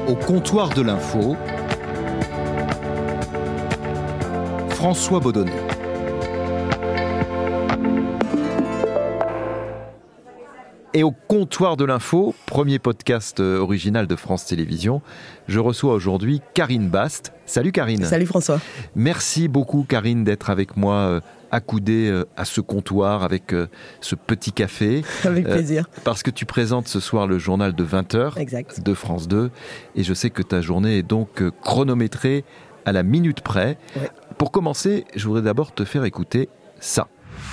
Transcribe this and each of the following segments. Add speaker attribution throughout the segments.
Speaker 1: Au comptoir de l'info, François Baudonnet. Et au comptoir de l'info, premier podcast original de France Télévisions, je reçois aujourd'hui Karine Bast. Salut Karine.
Speaker 2: Salut François.
Speaker 1: Merci beaucoup Karine d'être avec moi accoudée à ce comptoir avec ce petit café.
Speaker 2: Avec plaisir.
Speaker 1: Parce que tu présentes ce soir le journal de 20h
Speaker 2: exact.
Speaker 1: De France 2 et je sais que ta journée est donc chronométrée à la minute près. Ouais. Pour commencer, je voudrais d'abord te faire écouter ça.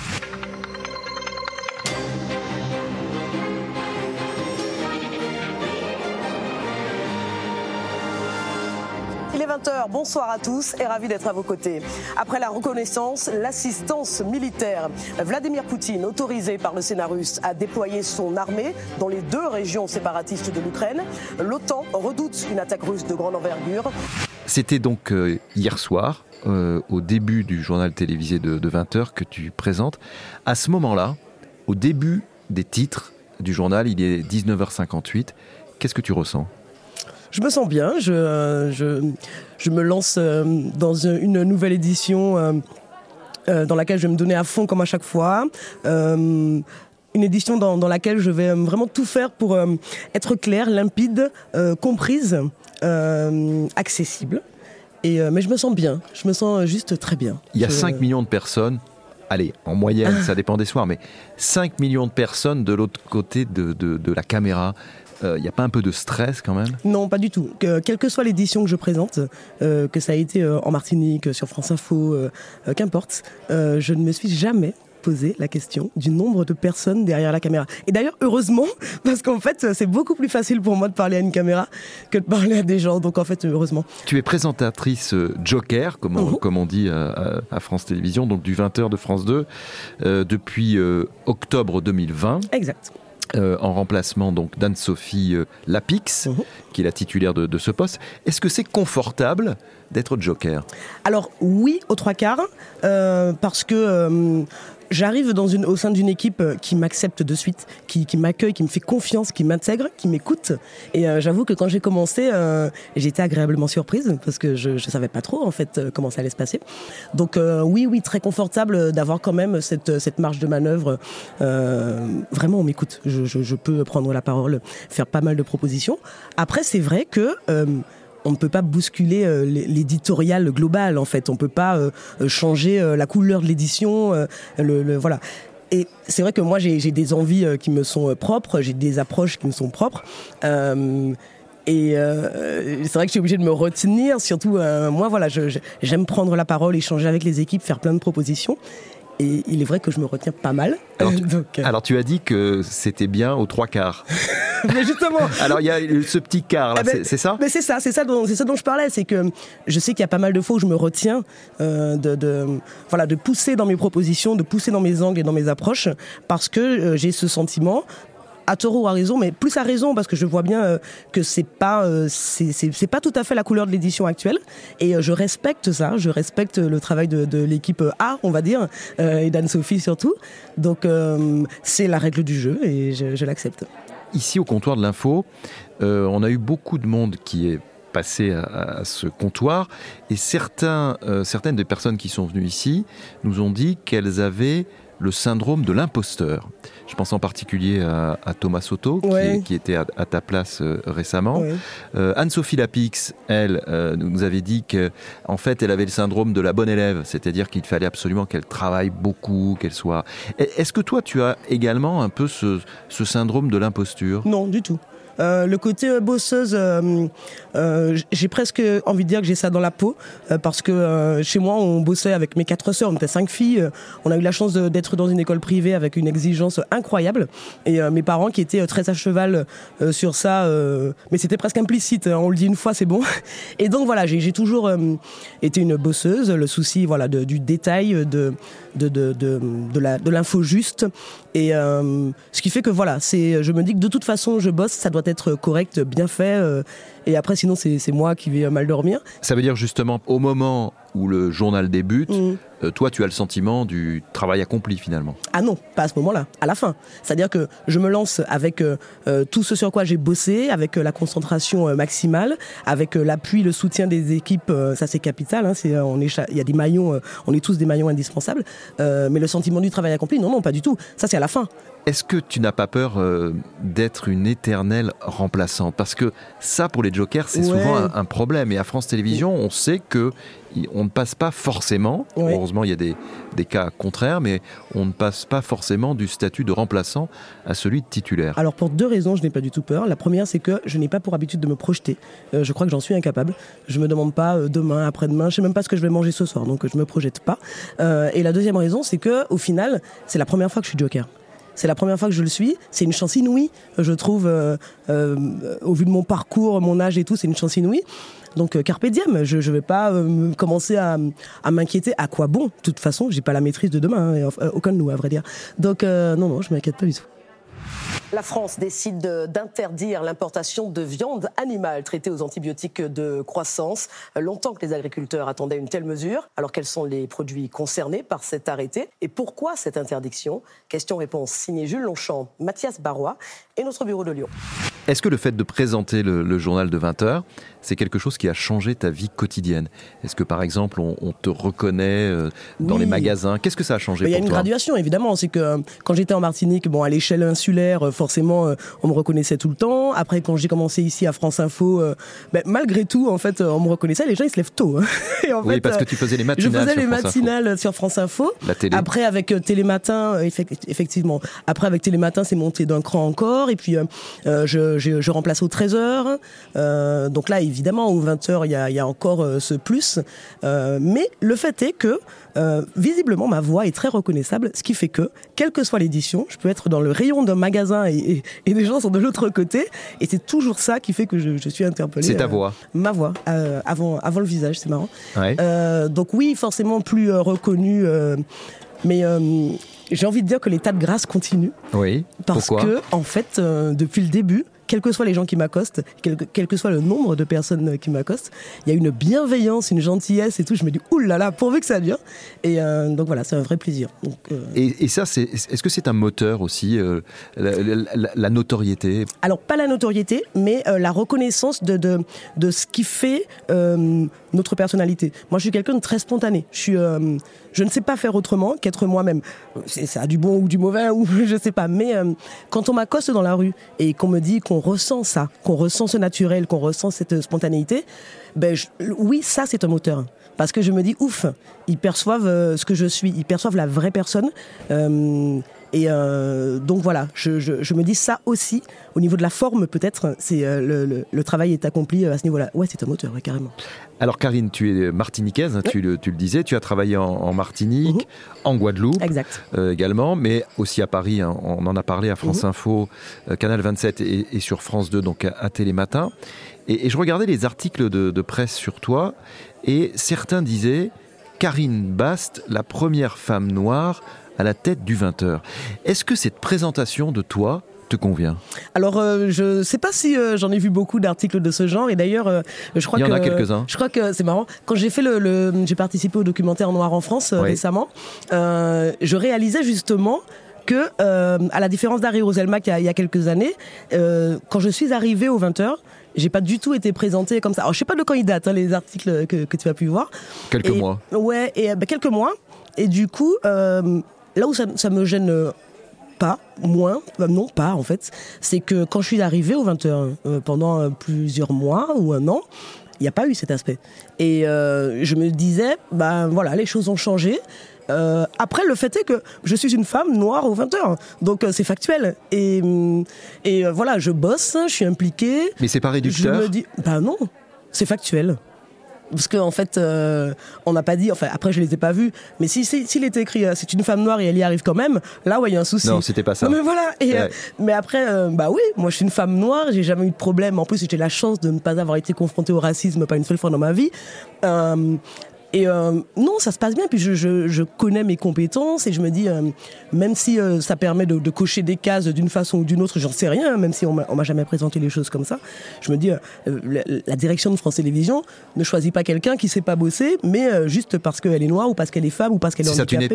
Speaker 2: Il est 20h, bonsoir à tous et ravi d'être à vos côtés. Après la reconnaissance, l'assistance militaire. Vladimir Poutine, autorisé par le Sénat russe à déployer son armée dans les 2 régions séparatistes de l'Ukraine. L'OTAN redoute une attaque russe de grande envergure.
Speaker 1: C'était donc hier soir, au début du journal télévisé de 20h que tu présentes. À ce moment-là, au début des titres du journal, il est 19h58. Qu'est-ce que tu ressens ?
Speaker 2: Je me sens bien, je me lance dans une nouvelle édition dans laquelle je vais me donner à fond comme à chaque fois. Une édition dans laquelle je vais vraiment tout faire pour être claire, limpide, comprise, accessible. Mais je me sens bien, je me sens juste très bien.
Speaker 1: Il y a 5 millions de personnes, allez, en moyenne, ça dépend des soirs, mais 5 millions de personnes de l'autre côté de la caméra. Il n'y a pas un peu de stress quand même ?
Speaker 2: Non, pas du tout. Quelle que soit l'édition que je présente, que ça a été en Martinique, sur France Info, qu'importe, je ne me suis jamais posé la question du nombre de personnes derrière la caméra. Et d'ailleurs, heureusement, parce qu'en fait, c'est beaucoup plus facile pour moi de parler à une caméra que de parler à des gens. Donc en fait, heureusement.
Speaker 1: Tu es présentatrice Joker, comme on dit à France Télévisions, donc du 20h de France 2, depuis octobre 2020.
Speaker 2: Exact.
Speaker 1: En remplacement donc d'Anne-Sophie Lapix, qui est la titulaire de ce poste. Est-ce que c'est confortable d'être Joker ?
Speaker 2: Alors oui, aux 3/4, parce que j'arrive au sein d'une équipe qui m'accepte de suite, qui m'accueille, qui me fait confiance, qui m'intègre, qui m'écoute. Et j'avoue que quand j'ai commencé, j'étais agréablement surprise parce que je savais pas trop en fait comment ça allait se passer. Donc oui, très confortable d'avoir quand même cette marge de manœuvre. Vraiment, on m'écoute. Je peux prendre la parole, faire pas mal de propositions. Après, c'est vrai que on ne peut pas bousculer l'éditorial global, en fait. On ne peut pas changer la couleur de l'édition. Voilà. Et c'est vrai que moi, j'ai des envies qui me sont propres, j'ai des approches qui me sont propres. C'est vrai que je suis obligée de me retenir. Surtout, moi, voilà, j'aime prendre la parole, échanger avec les équipes, faire plein de propositions. Et il est vrai que je me retiens pas mal.
Speaker 1: Alors tu as dit que c'était bien aux 3/4.
Speaker 2: Mais justement.
Speaker 1: Alors il y a ce petit quart là, c'est ça ?
Speaker 2: Mais c'est ça dont je parlais, c'est que je sais qu'il y a pas mal de fois où je me retiens de pousser dans mes propositions, de pousser dans mes angles et dans mes approches, parce que j'ai ce sentiment. À tort ou à raison, mais plus à raison parce que je vois bien que c'est pas tout à fait la couleur de l'édition actuelle et je respecte ça, je respecte le travail de l'équipe A, on va dire, et d'Anne-Sophie surtout. Donc c'est la règle du jeu et je l'accepte.
Speaker 1: Ici au comptoir de l'info, on a eu beaucoup de monde qui est passé à ce comptoir et certaines des personnes qui sont venues ici nous ont dit qu'elles avaient le syndrome de l'imposteur. Je pense en particulier à Thomas Soto, qui était à ta place récemment. Oui. Anne-Sophie Lapix, elle, nous avait dit qu'en fait, elle avait le syndrome de la bonne élève, c'est-à-dire qu'il fallait absolument qu'elle travaille beaucoup, qu'elle soit... Est-ce que toi, tu as également un peu ce syndrome de l'imposture ?
Speaker 2: Non, du tout. Le côté bosseuse, j'ai presque envie de dire que j'ai ça dans la peau, parce que chez moi, on bossait avec mes 4 sœurs, on était 5 filles, on a eu la chance d'être dans une école privée avec une exigence incroyable, et mes parents qui étaient très à cheval sur ça, mais c'était presque implicite, on le dit une fois, c'est bon. Et donc voilà, j'ai toujours été une bosseuse, le souci du détail, de l'info juste, et ce qui fait que je me dis que de toute façon, je bosse, ça doit être correct, bien fait. Et après, sinon, c'est moi qui vais mal dormir.
Speaker 1: Ça veut dire justement, au moment où le journal débute, toi, tu as le sentiment du travail accompli finalement.
Speaker 2: Ah non, pas à ce moment-là, à la fin. C'est-à-dire que je me lance avec tout ce sur quoi j'ai bossé, avec la concentration maximale, avec l'appui, le soutien des équipes, ça c'est capital. Hein, il y a des maillons, on est tous des maillons indispensables. Mais le sentiment du travail accompli, non, pas du tout. Ça c'est à la fin.
Speaker 1: Est-ce que tu n'as pas peur d'être une éternelle remplaçante ? Parce que ça, pour les jokers, c'est souvent un problème. Et à France Télévisions, on sait qu'on ne passe pas forcément, heureusement il y a des cas contraires, mais on ne passe pas forcément du statut de remplaçant à celui de titulaire.
Speaker 2: Alors pour 2 raisons, je n'ai pas du tout peur. La première, c'est que je n'ai pas pour habitude de me projeter. Je crois que j'en suis incapable. Je me demande pas demain, après-demain, je sais même pas ce que je vais manger ce soir, donc je me projette pas. Et la deuxième raison, c'est que au final, c'est la première fois que je suis joker. C'est la première fois que je le suis. C'est une chance inouïe, je trouve, au vu de mon parcours, mon âge et tout, c'est une chance inouïe. Donc carpe diem, je vais pas commencer à m'inquiéter. À quoi bon ? De toute façon, j'ai pas la maîtrise de demain, aucun de nous, à vrai dire. Donc non, je m'inquiète pas du tout. La France décide d'interdire l'importation de viande animale traitée aux antibiotiques de croissance. Longtemps que les agriculteurs attendaient une telle mesure. Alors quels sont les produits concernés par cet arrêté et pourquoi cette interdiction ? Question-réponse signé Jules Longchamp, Mathias Barrois et notre bureau de Lyon.
Speaker 1: Est-ce que le fait de présenter le journal de 20h, c'est quelque chose qui a changé ta vie quotidienne ? Est-ce que par exemple on te reconnaît dans les magasins ? Qu'est-ce que ça a changé pour toi ?
Speaker 2: Il y a une graduation évidemment, c'est que quand j'étais en Martinique, à l'échelle insulaire, forcément on me reconnaissait tout le temps. Après quand j'ai commencé ici à France Info, malgré tout en fait on me reconnaissait, les gens ils se lèvent tôt. Et en fait,
Speaker 1: parce que tu faisais les matinales.
Speaker 2: Je faisais les matinales sur France Info.
Speaker 1: La télé.
Speaker 2: Après avec Télématin, effectivement. Après avec Télématin c'est monté d'un cran encore et puis je remplace aux 13h. Donc là, évidemment, aux 20h, il y a encore ce plus. Mais le fait est que, visiblement, ma voix est très reconnaissable, ce qui fait que, quelle que soit l'édition, je peux être dans le rayon d'un magasin et les gens sont de l'autre côté. Et c'est toujours ça qui fait que je suis interpellée.
Speaker 1: C'est ta voix ?
Speaker 2: Ma voix, avant le visage, c'est marrant.
Speaker 1: Ouais.
Speaker 2: Donc oui, forcément plus reconnu, mais... j'ai envie de dire que l'état de grâce continue.
Speaker 1: Oui.
Speaker 2: Parce que, en fait, depuis le début, quels que soient les gens qui m'accostent, quel que soit le nombre de personnes qui m'accostent, il y a une bienveillance, une gentillesse et tout. Je me dis, oulala, pourvu que ça dure. Et donc voilà, c'est un vrai plaisir. Donc,
Speaker 1: et ça, est-ce que c'est un moteur aussi, la notoriété ? Alors,
Speaker 2: pas la notoriété, mais la reconnaissance de ce qui fait notre personnalité. Moi, je suis quelqu'un de très spontané. Je ne sais pas faire autrement qu'être moi-même. Ça a du bon ou du mauvais, ou je sais pas. Mais quand on m'accoste dans la rue et qu'on me dit qu'on ressent ça, qu'on ressent ce naturel, qu'on ressent cette spontanéité, oui, ça c'est un moteur. Parce que je me dis, ouf, ils perçoivent ce que je suis, ils perçoivent la vraie personne. Donc voilà, je me dis ça aussi, au niveau de la forme peut-être, c'est le travail est accompli à ce niveau-là. Ouais, c'est un moteur, ouais, carrément.
Speaker 1: Alors Karine, tu es martiniquaise, hein, tu le disais, tu as travaillé en Martinique, en Guadeloupe également, mais aussi à Paris, hein, on en a parlé à France Info, Canal 27 et sur France 2, donc à Télématin. Et je regardais les articles de presse sur toi, et certains disaient « Karine Bast, la première femme noire à la tête du 20h ». Est-ce que cette présentation de toi te convient ?
Speaker 2: Alors, je sais pas si j'en ai vu beaucoup d'articles de ce genre, et d'ailleurs, je crois
Speaker 1: Il y en a quelques-uns.
Speaker 2: Je crois que c'est marrant. Quand j'ai fait j'ai participé au documentaire Noir en France récemment, je réalisais justement que, à la différence d'Harry Roselmack il y a quelques années, quand je suis arrivée aux 20h, j'ai pas du tout été présentée comme ça. Alors, je sais pas de quand ils datent, les articles que tu as pu voir.
Speaker 1: Quelques mois.
Speaker 2: Ouais, et quelques mois. Et du coup, là où ça me gêne non pas en fait, c'est que quand je suis arrivée aux 20h, pendant plusieurs mois ou un an, il n'y a pas eu cet aspect. Et je me disais, voilà, les choses ont changé. Après, le fait est que je suis une femme noire aux 20h, donc c'est factuel. Et voilà, je bosse, je suis impliquée.
Speaker 1: Mais c'est pas réducteur ?
Speaker 2: Je me dis, non, c'est factuel. Parce qu'en fait, on n'a pas dit, enfin après je les ai pas vus, mais s'il était écrit c'est une femme noire et elle y arrive quand même, là ouais il y a un souci.
Speaker 1: Non, c'était pas ça.
Speaker 2: Mais voilà, mais après, oui, moi je suis une femme noire, j'ai jamais eu de problème, en plus j'ai la chance de ne pas avoir été confrontée au racisme pas une seule fois dans ma vie. Et non, ça se passe bien. Puis je connais mes compétences et je me dis, même si ça permet de cocher des cases d'une façon ou d'une autre, j'en sais rien, même si on m'a jamais présenté les choses comme ça, je me dis, la direction de France Télévisions ne choisit pas quelqu'un qui sait pas bosser, mais juste parce qu'elle est noire ou parce qu'elle est femme ou parce qu'elle est handicapée.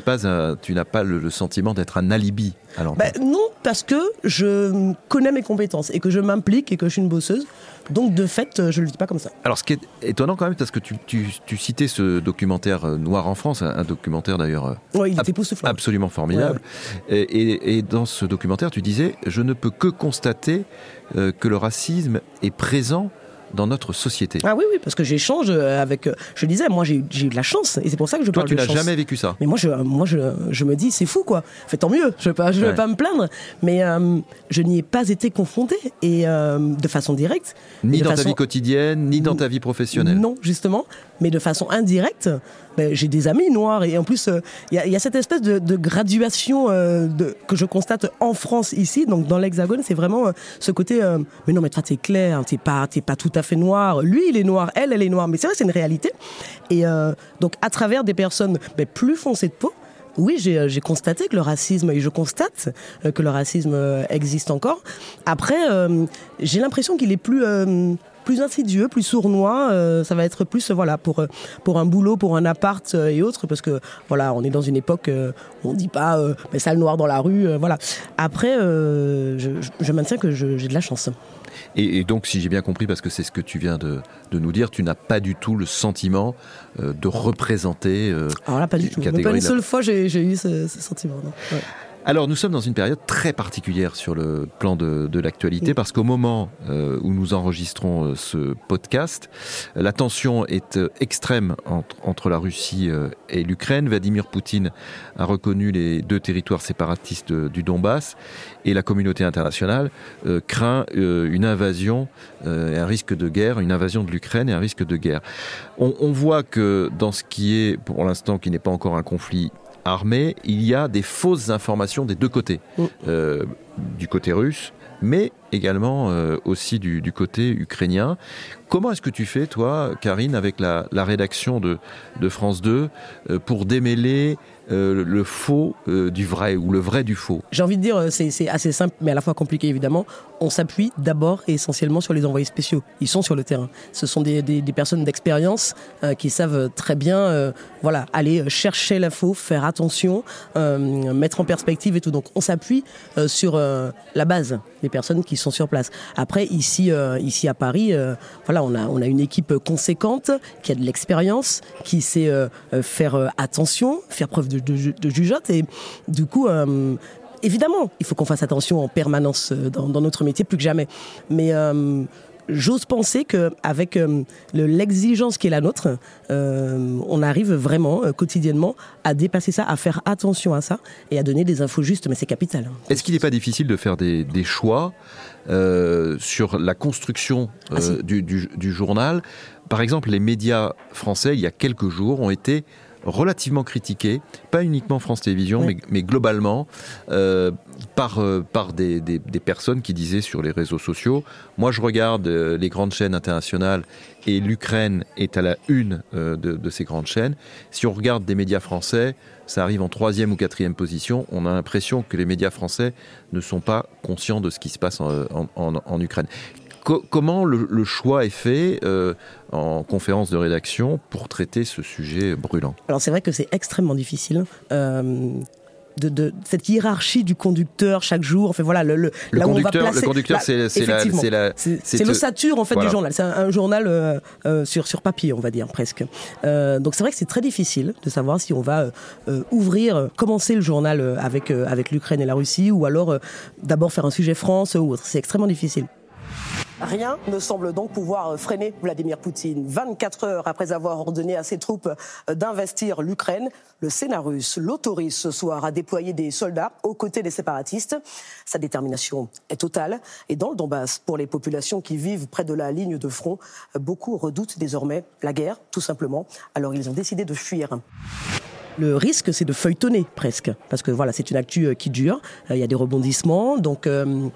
Speaker 1: Tu n'as pas le sentiment d'être un alibi à l'antenne.
Speaker 2: Non, parce que je connais mes compétences et que je m'implique et que je suis une bosseuse. Donc de fait, je le dis pas comme ça.
Speaker 1: Alors ce qui est étonnant quand même, parce que tu citais ce documentaire Noir en France, un documentaire d'ailleurs
Speaker 2: il était époustouflant.
Speaker 1: Absolument formidable. Ouais. Et dans ce documentaire, tu disais, je ne peux que constater que le racisme est présent dans notre société.
Speaker 2: Ah oui, parce que j'échange avec... Je disais, moi j'ai eu de la chance, et c'est pour ça que je parle de chance.
Speaker 1: Toi, tu n'as jamais vécu ça.
Speaker 2: Mais moi, je me dis, c'est fou, quoi. Fait, tant mieux, je vais pas me plaindre, mais je n'y ai pas été confrontée, et de façon directe.
Speaker 1: Ni dans ta vie quotidienne, ni dans ta vie professionnelle.
Speaker 2: Non, justement, mais de façon indirecte. J'ai des amis noirs, et en plus, il y a cette espèce de graduation que je constate en France, ici, donc dans l'Hexagone, c'est vraiment ce côté, mais non, mais toi, t'es clair, t'es pas tout à fait noir. Lui, il est noir, elle est noire. Mais c'est vrai, c'est une réalité. Et donc, à travers des personnes plus foncées de peau, oui, j'ai constaté que le racisme, et je constate que le racisme existe encore. Après, j'ai l'impression qu'il est plus insidieux, plus sournois, ça va être plus pour un boulot, pour un appart et autres, parce que voilà, on est dans une époque où on dit pas mais sale noir dans la rue, voilà. Après, je maintiens que j'ai de la chance.
Speaker 1: Et donc, si j'ai bien compris, parce que c'est ce que tu viens de nous dire, tu n'as pas du tout le sentiment de représenter.
Speaker 2: Alors là, pas du tout. Pas une seule fois j'ai eu ce sentiment. Non. Ouais.
Speaker 1: Alors, nous sommes dans une période très particulière sur le plan de l'actualité, parce qu'au moment où nous enregistrons ce podcast, la tension est extrême entre la Russie et l'Ukraine. Vladimir Poutine a reconnu les 2 territoires séparatistes du Donbass, et la communauté internationale craint une invasion, un risque de guerre, une invasion de l'Ukraine et un risque de guerre. On voit que dans ce qui est, pour l'instant, qui n'est pas encore un conflit armée, il y a des fausses informations des 2 côtés, du côté russe, mais également aussi du côté ukrainien. Comment est-ce que tu fais, toi, Karine, avec la rédaction de France 2, pour démêler le faux du vrai, ou le vrai du faux?
Speaker 2: J'ai envie de dire, c'est assez simple, mais à la fois compliqué, évidemment. On s'appuie d'abord et essentiellement sur les envoyés spéciaux. Ils sont sur le terrain. Ce sont des personnes d'expérience qui savent très bien aller chercher l'info, faire attention, mettre en perspective et tout. Donc on s'appuie sur la base des personnes qui sont sur place. Après, ici à Paris, on a une équipe conséquente qui a de l'expérience, qui sait faire attention, faire preuve de jugeote, et du coup évidemment il faut qu'on fasse attention en permanence dans notre métier, plus que jamais, mais j'ose penser qu'avec l'exigence qui est la nôtre, on arrive vraiment quotidiennement à dépasser ça, à faire attention à ça et à donner des infos justes, mais c'est capital.
Speaker 1: Est-ce qu'il n'est pas difficile de faire des choix sur la construction du journal? Par exemple, les médias français, il y a quelques jours, ont été relativement critiqués, pas uniquement France Télévisions, mais globalement, par des personnes qui disaient sur les réseaux sociaux, moi je regarde les grandes chaînes internationales et l'Ukraine est à la une de ces grandes chaînes. Si on regarde des médias français, ça arrive en 3e ou 4e position. On a l'impression que les médias français ne sont pas conscients de ce qui se passe en Ukraine. Comment le choix est fait en conférence de rédaction pour traiter ce sujet brûlant? Alors
Speaker 2: c'est vrai que c'est extrêmement difficile. De cette hiérarchie du conducteur chaque jour, enfin voilà le
Speaker 1: conducteur, c'est
Speaker 2: l'ossature en fait du journal. C'est un journal sur papier, on va dire presque. Donc c'est vrai que c'est très difficile de savoir si on va commencer le journal avec l'Ukraine et la Russie, ou alors d'abord faire un sujet France ou autre. C'est extrêmement difficile. Rien ne semble donc pouvoir freiner Vladimir Poutine. 24 heures après avoir ordonné à ses troupes d'investir l'Ukraine, le Sénat russe l'autorise ce soir à déployer des soldats aux côtés des séparatistes. Sa détermination est totale. Et dans le Donbass, pour les populations qui vivent près de la ligne de front, beaucoup redoutent désormais la guerre, tout simplement. Alors ils ont décidé de fuir. Le risque, c'est de feuilletonner presque, parce que voilà, c'est une actu qui dure, il y a des rebondissements, donc...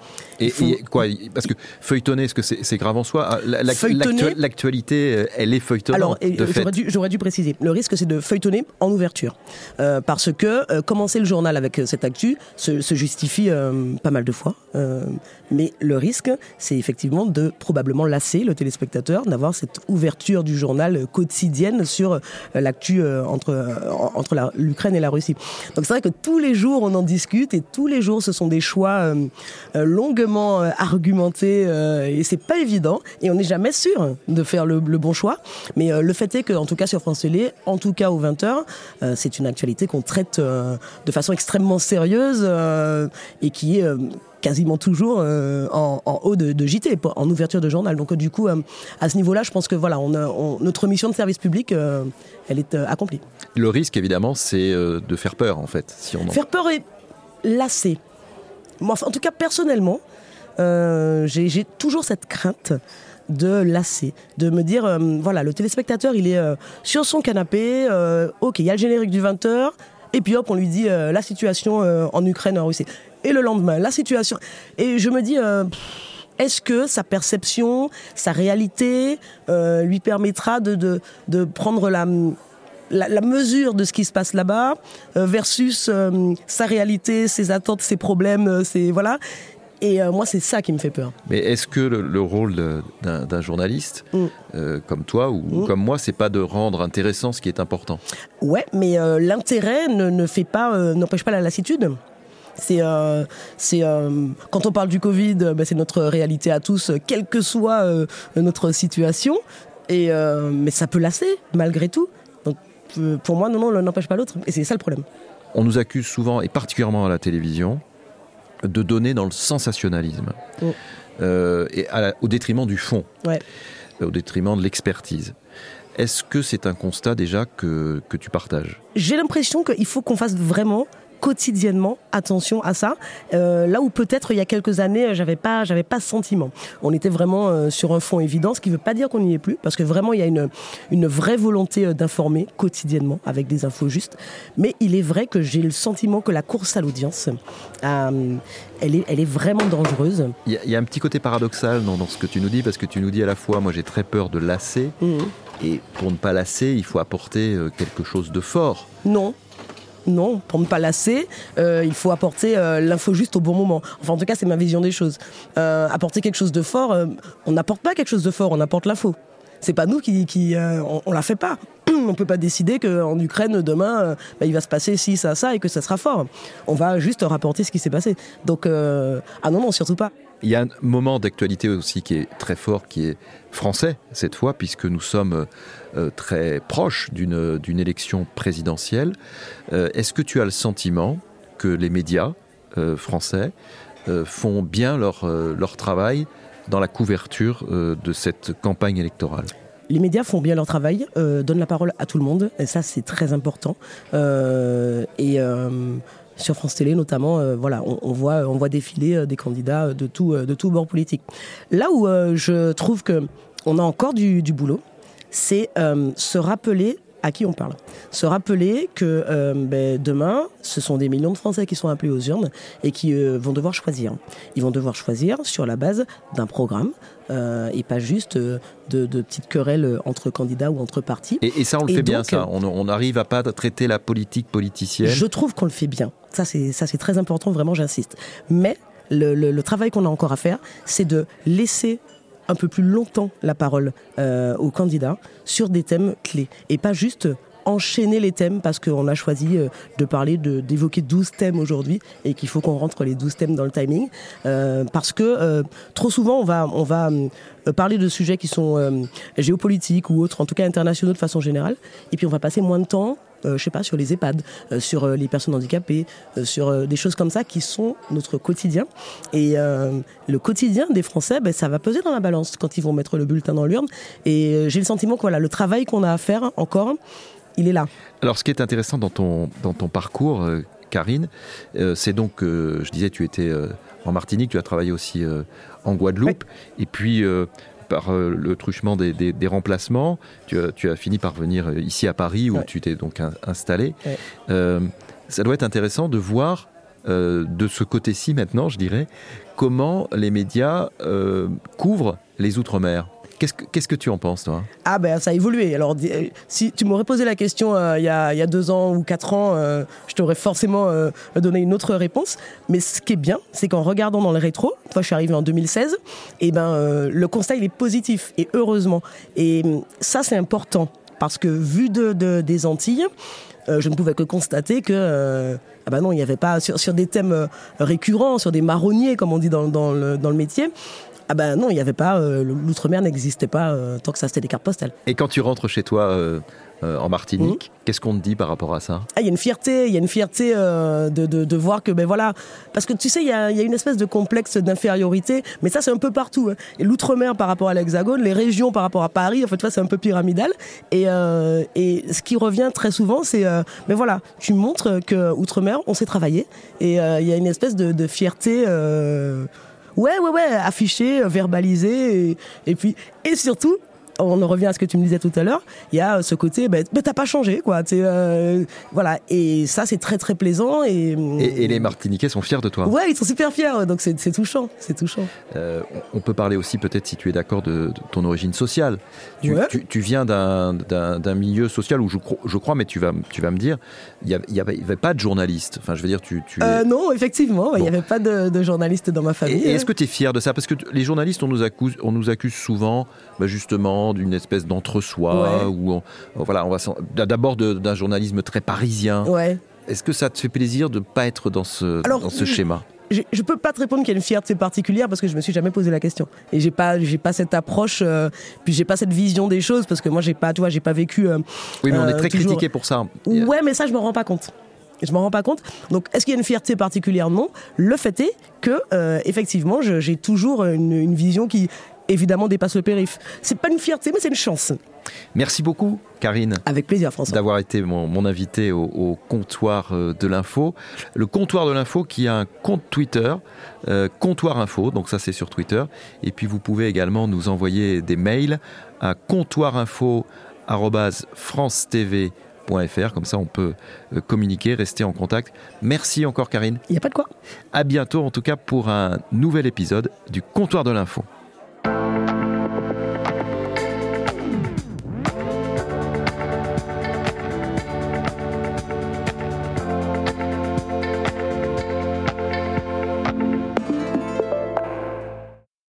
Speaker 1: Parce que feuilletonner, est-ce que c'est grave en soi? L'actualité, elle est feuilletonnante.
Speaker 2: Alors, j'aurais dû préciser, le risque, c'est de feuilletonner en ouverture, parce que commencer le journal avec cette actu se justifie pas mal de fois, mais le risque, c'est effectivement de probablement lasser le téléspectateur, d'avoir cette ouverture du journal quotidienne sur l'actu entre l'Ukraine et la Russie. Donc c'est vrai que tous les jours on en discute et tous les jours ce sont des choix longuement argumentés et c'est pas évident et on n'est jamais sûr de faire le bon choix. Mais le fait est qu'en tout cas sur France Télé, en tout cas aux 20h, c'est une actualité qu'on traite de façon extrêmement sérieuse et qui est quasiment toujours en haut de JT, en ouverture de journal. Donc du coup, à ce niveau-là, je pense que voilà, notre mission de service public, elle est accomplie.
Speaker 1: Le risque, évidemment, c'est de faire peur, en fait.
Speaker 2: Faire peur et lasser. Moi, en tout cas, personnellement, j'ai toujours cette crainte de lasser, de me dire, voilà, le téléspectateur, il est sur son canapé, ok, il y a le générique du 20h, et puis hop, on lui dit la situation en Ukraine, en Russie. Et le lendemain, la situation... Et je me dis, est-ce que sa perception, sa réalité lui permettra de prendre la mesure de ce qui se passe là-bas versus sa réalité, ses attentes, ses problèmes, voilà. Et moi, c'est ça qui me fait peur.
Speaker 1: Mais est-ce que le rôle d'un journaliste, comme toi ou comme moi, c'est pas de rendre intéressant ce qui est important? Ouais,
Speaker 2: mais l'intérêt n'empêche pas la lassitude. Quand on parle du Covid, c'est notre réalité à tous, quelle que soit notre situation. Mais ça peut lasser, malgré tout. Donc, pour moi, non, l'un n'empêche pas l'autre. Et c'est ça le problème.
Speaker 1: On nous accuse souvent, et particulièrement à la télévision, de donner dans le sensationnalisme. Au détriment du fond, au détriment de l'expertise. Est-ce que c'est un constat déjà que tu partages? J'ai
Speaker 2: l'impression qu'il faut qu'on fasse vraiment quotidiennement attention à ça, là où peut-être il y a quelques années j'avais pas ce sentiment. On était vraiment sur un fond évident, ce qui veut pas dire qu'on n'y est plus, parce que vraiment il y a une vraie volonté d'informer quotidiennement avec des infos justes, mais il est vrai que j'ai le sentiment que la course à l'audience elle est vraiment dangereuse.
Speaker 1: Il y a un petit côté paradoxal dans ce que tu nous dis, parce que tu nous dis à la fois, moi j'ai très peur de lasser, et pour ne pas lasser, il faut apporter quelque chose de fort.
Speaker 2: Non, pour ne pas lasser, il faut apporter l'info juste au bon moment. Enfin, en tout cas, c'est ma vision des choses. Apporter quelque chose de fort, on n'apporte pas quelque chose de fort, on apporte l'info. C'est pas nous on la fait pas. On peut pas décider qu'en Ukraine, demain, il va se passer ci, ça, et que ça sera fort. On va juste rapporter ce qui s'est passé. Donc, non, surtout pas.
Speaker 1: Il y a un moment d'actualité aussi qui est très fort, qui est français, cette fois, puisque nous sommes très proches d'une élection présidentielle. Est-ce que tu as le sentiment que les médias français font bien leur travail dans la couverture de cette campagne électorale?
Speaker 2: Les médias font bien leur travail, donnent la parole à tout le monde, et ça c'est très important. Sur France Télé notamment, on voit défiler des candidats de tout bord politique. Là où je trouve qu'on a encore du boulot, c'est se rappeler à qui on parle. Se rappeler que demain, ce sont des millions de Français qui sont appelés aux urnes et qui vont devoir choisir. Ils vont devoir choisir sur la base d'un programme et pas juste de petites querelles entre candidats ou entre partis.
Speaker 1: Et ça, on le fait bien, ça. On n'arrive à pas traiter la politique politicienne.
Speaker 2: Je trouve qu'on le fait bien. Ça, c'est très important, vraiment, j'insiste. Mais le travail qu'on a encore à faire, c'est de laisser un peu plus longtemps la parole aux candidats sur des thèmes clés et pas juste enchaîner les thèmes parce qu'on a choisi d'évoquer 12 thèmes aujourd'hui et qu'il faut qu'on rentre les 12 thèmes dans le timing parce que trop souvent on va parler de sujets qui sont géopolitiques ou autres, en tout cas internationaux de façon générale, et puis on va passer moins de temps sur les EHPAD, sur les personnes handicapées, sur des choses comme ça qui sont notre quotidien. Et le quotidien des Français, ça va peser dans la balance quand ils vont mettre le bulletin dans l'urne. Et j'ai le sentiment que le travail qu'on a à faire encore, il est là.
Speaker 1: Alors ce qui est intéressant dans ton parcours, Karine, c'est donc, je disais, tu étais en Martinique, tu as travaillé aussi en Guadeloupe, et puis par le truchement des remplacements, tu as fini par venir ici à Paris où tu t'es donc installé. Ouais. Ça doit être intéressant de voir de ce côté-ci maintenant, je dirais, comment les médias couvrent les Outre-mer. Qu'est-ce que tu en penses, toi ?
Speaker 2: Ah ben ça a évolué. Alors si tu m'aurais posé la question il y a 2 ans ou 4 ans, je t'aurais forcément donné une autre réponse. Mais ce qui est bien, c'est qu'en regardant dans le rétro, toi je suis arrivée en 2016, et le constat il est positif et heureusement. Et ça c'est important parce que vu des Antilles, je ne pouvais que constater que non, il n'y avait pas sur des thèmes récurrents, sur des marronniers comme on dit dans le métier. Non, il n'y avait pas, l'outre-mer n'existait pas tant que ça c'était des cartes postales.
Speaker 1: Et quand tu rentres chez toi en Martinique, qu'est-ce qu'on te dit par rapport à ça ?
Speaker 2: Il y a une fierté de voir que, parce que tu sais, il y a une espèce de complexe d'infériorité, mais ça c'est un peu partout. Hein. Et l'outre-mer par rapport à l'Hexagone, les régions par rapport à Paris, en fait, c'est un peu pyramidal. Et ce qui revient très souvent, c'est, tu montres que outre-mer, on sait travailler. Et il y a une espèce de fierté. Affiché, verbalisé, et surtout, on en revient à ce que tu me disais tout à l'heure, il y a ce côté, t'as pas changé, quoi. Et ça, c'est très très plaisant. Et
Speaker 1: les Martiniquais sont fiers de toi.
Speaker 2: Ouais, ils sont super fiers, donc c'est touchant, c'est touchant.
Speaker 1: On peut parler aussi, peut-être, si tu es d'accord, de ton origine sociale. Tu viens d'un milieu social où je crois, mais tu vas me dire, il n'y avait pas de journaliste. Enfin, je veux dire,
Speaker 2: non, effectivement, il n'y avait pas de journaliste dans ma famille.
Speaker 1: Et est-ce que tu es fier de ça ? Parce que les journalistes, on nous accuse souvent, justement, d'une espèce d'entre-soi, où on va d'abord d'un journalisme très parisien. Ouais. Est-ce que ça te fait plaisir de ne pas être dans ce schéma ?
Speaker 2: Je peux pas te répondre qu'il y a une fierté particulière parce que je me suis jamais posé la question. Et j'ai pas cette approche, puis j'ai pas cette vision des choses parce que moi j'ai pas vécu.
Speaker 1: Oui, mais on est très critiqué pour ça.
Speaker 2: Ouais, mais ça je m'en rends pas compte. Donc, est-ce qu'il y a une fierté particulière ? Non. Le fait est que, effectivement, j'ai toujours une vision qui, évidemment, dépasse le périph'. C'est pas une fierté, mais c'est une chance.
Speaker 1: Merci beaucoup, Karine.
Speaker 2: Avec plaisir, François.
Speaker 1: D'avoir été mon invité au comptoir de l'info. Le comptoir de l'info qui a un compte Twitter, comptoir info, donc ça c'est sur Twitter. Et puis vous pouvez également nous envoyer des mails à comptoirinfo@francetv.fr, comme ça on peut communiquer, rester en contact. Merci encore, Karine.
Speaker 2: Il n'y a pas de quoi.
Speaker 1: À bientôt en tout cas pour un nouvel épisode du comptoir de l'info.